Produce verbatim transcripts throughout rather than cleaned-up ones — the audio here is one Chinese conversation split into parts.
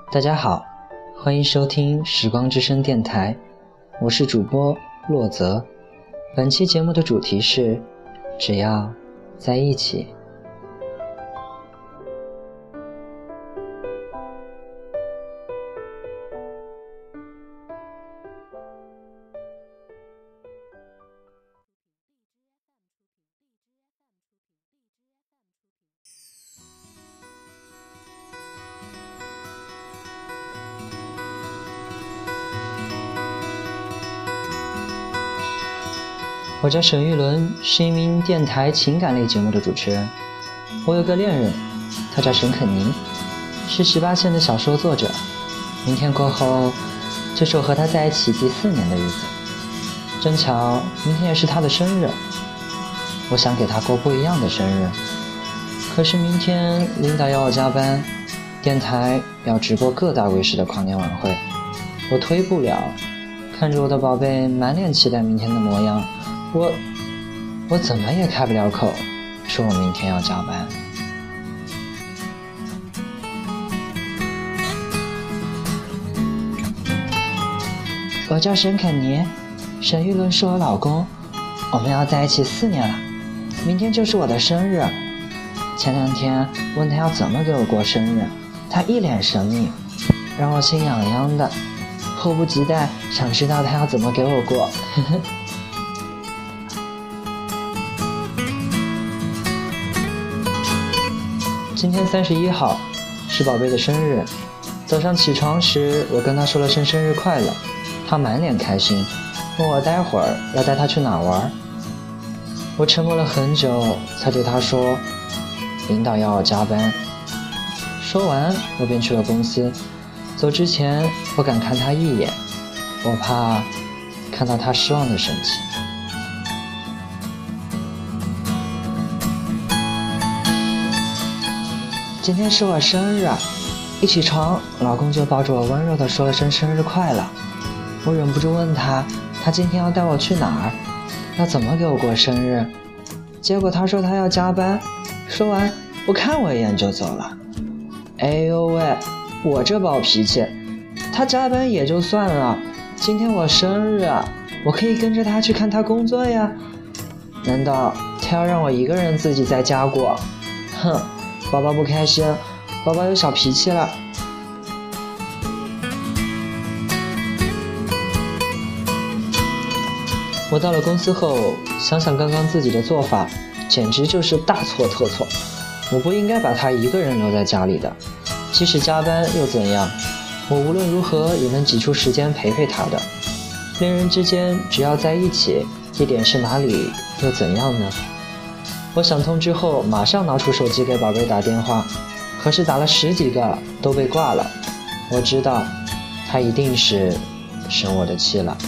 大家好，欢迎收听时光之声电台，我是主播洛泽。本期节目的主题是只要在一起。我叫沈玉伦，是一名电台情感类节目的主持人。我有个恋人，他叫沈肯宁，是十八线的小说作者。明天过后，就是我和他在一起第四年的日子。正巧明天也是他的生日，我想给他过不一样的生日。可是明天领导要我加班，电台要直播各大卫视的跨年晚会，我推不了。看着我的宝贝满脸期待明天的模样，我我怎么也开不了口，说我明天要加班。我叫沈肯尼，沈玉伦是我老公，我们要在一起四年了，明天就是我的生日。前两天问他要怎么给我过生日，他一脸神秘，让我心痒痒的，迫不及待想知道他要怎么给我过。今天三十一号是宝贝的生日，早上起床时我跟他说了声生日快乐，他满脸开心，问我待会儿要带他去哪玩。我沉默了很久才对他说，领导要我加班。说完我便去了公司，走之前不敢看他一眼，我怕看到他失望的神情。今天是我生日，一起床老公就抱着我温柔地说了声生日快乐。我忍不住问他，他今天要带我去哪儿，要怎么给我过生日。结果他说他要加班，说完不看我一眼就走了。哎呦喂，我这暴脾气，他加班也就算了，今天我生日，我可以跟着他去看他工作呀，难道他要让我一个人自己在家过？哼，宝宝不开心，宝宝有小脾气了。我到了公司后，想想刚刚自己的做法，简直就是大错特错。我不应该把他一个人留在家里的，即使加班又怎样，我无论如何也能挤出时间陪陪他的。恋人之间只要在一起，地点是哪里又怎样呢？我想通之后马上拿出手机给宝贝打电话，可是打了十几个都被挂了。我知道他一定是生我的气了。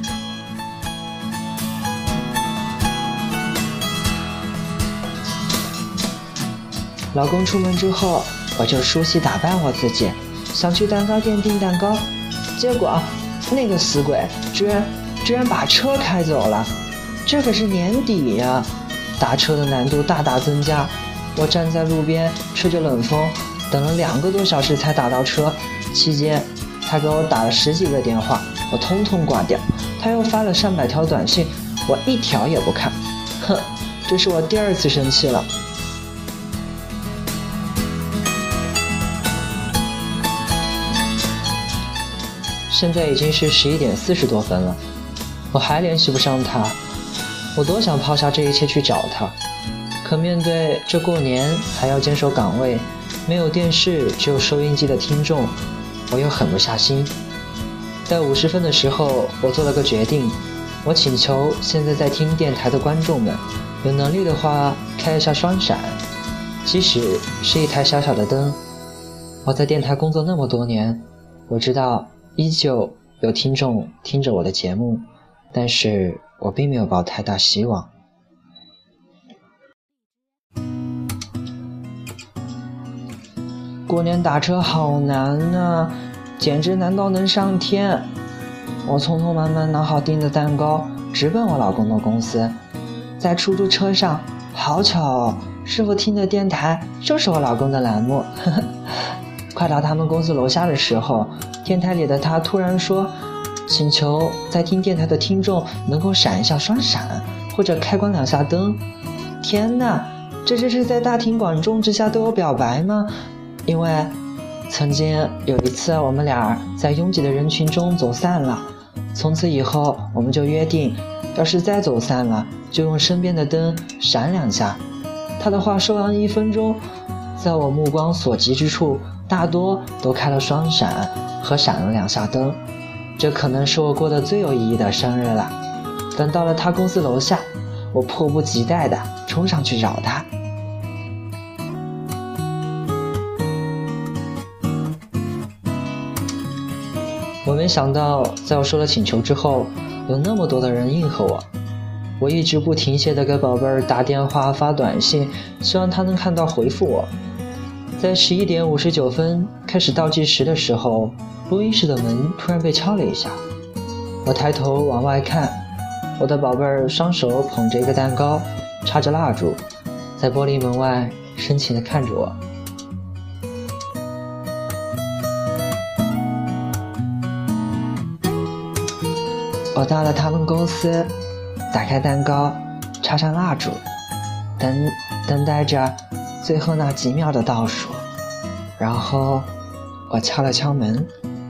老公出门之后，我就梳洗打扮我自己，想去蛋糕店订蛋糕，结果那个死鬼居然居然把车开走了。这可是年底呀，打车的难度大大增加。我站在路边吹着冷风，等了两个多小时才打到车，期间他给我打了十几个电话，我通通挂掉。他又发了上百条短信，我一条也不看。哼，这是我第二次生气了。现在已经是十一点四十多分了，我还联系不上他。我多想抛下这一切去找他，可面对这过年还要坚守岗位，没有电视只有收音机的听众，我又狠不下心。在五十分的时候，我做了个决定，我请求现在在听电台的观众们，有能力的话开一下双闪，即使是一台小小的灯。我在电台工作那么多年，我知道依旧有听众听着我的节目，但是我并没有抱太大希望。过年打车好难啊，简直难到能上天。我匆匆忙忙拿好订的蛋糕，直奔我老公的公司。在出租车上，好巧哦，师傅听的电台就是我老公的栏目。呵呵， 快到他们公司楼下的时候，电台里的他突然说，请求在听电台的听众能够闪一下双闪，或者开关两下灯。天哪，这就是在大庭广众之下对我表白吗？因为曾经有一次我们俩在拥挤的人群中走散了，从此以后我们就约定，要是再走散了就用身边的灯闪两下。他的话说完一分钟，在我目光所及之处大多都开了双闪和闪了两下灯，这可能是我过得最有意义的生日了。等到了他公司楼下，我迫不及待地冲上去找他。我没想到在我说了请求之后，有那么多的人应和我。我一直不停歇地给宝贝儿打电话发短信，希望他能看到回复我。在十一点五十九分开始倒计时的时候，录音室的门突然被敲了一下。我抬头往外看，我的宝贝儿双手捧着一个蛋糕，插着蜡烛，在玻璃门外深情地看着我。我到了他们公司，打开蛋糕，插上蜡烛，等等待着最后那几秒的倒数，然后我敲了敲门。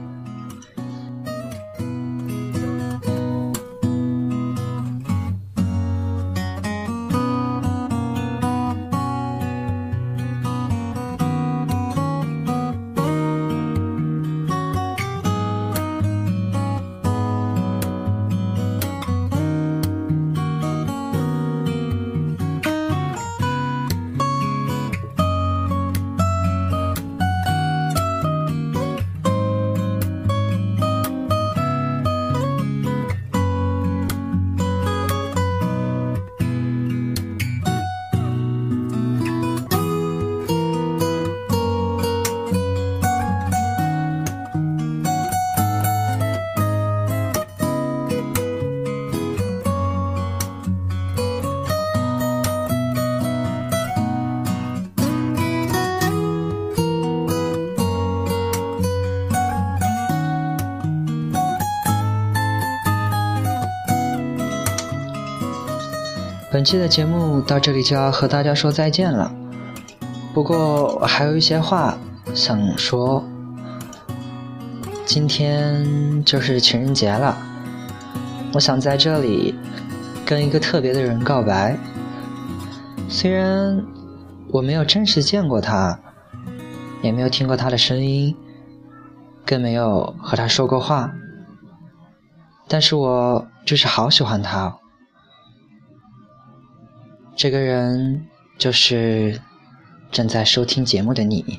本期的节目到这里就要和大家说再见了，不过还有一些话想说。今天就是情人节了，我想在这里跟一个特别的人告白。虽然我没有真实见过他，也没有听过他的声音，更没有和他说过话，但是我就是好喜欢他。这个人就是正在收听节目的你。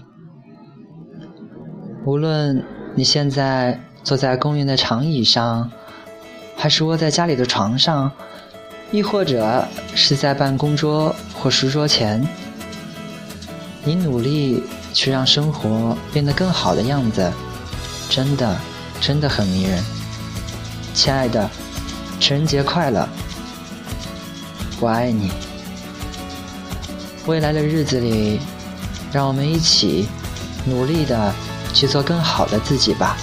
无论你现在坐在公园的长椅上，还是窝在家里的床上，亦或者是在办公桌或书桌前，你努力去让生活变得更好的样子，真的真的很迷人。亲爱的，情人节快乐，我爱你。未来的日子里，让我们一起努力地去做更好的自己吧。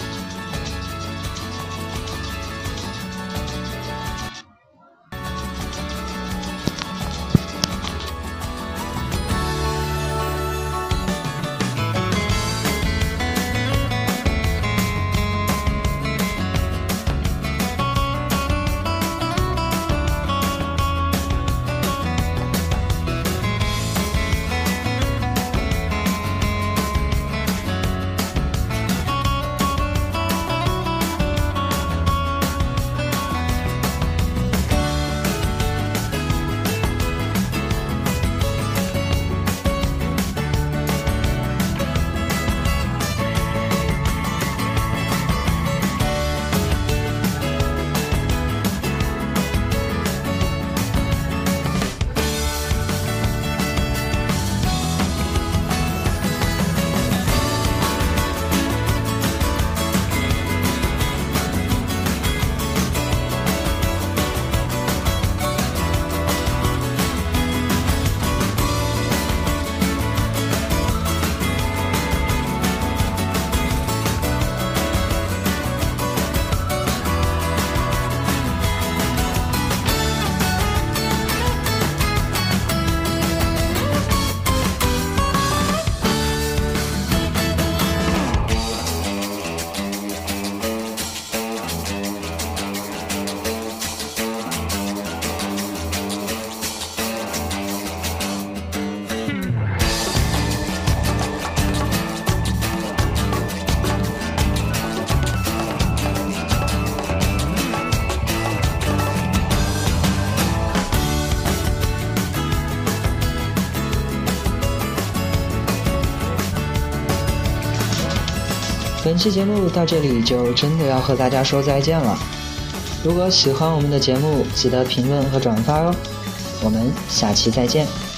本期节目到这里就真的要和大家说再见了。如果喜欢我们的节目，记得评论和转发哦。我们下期再见。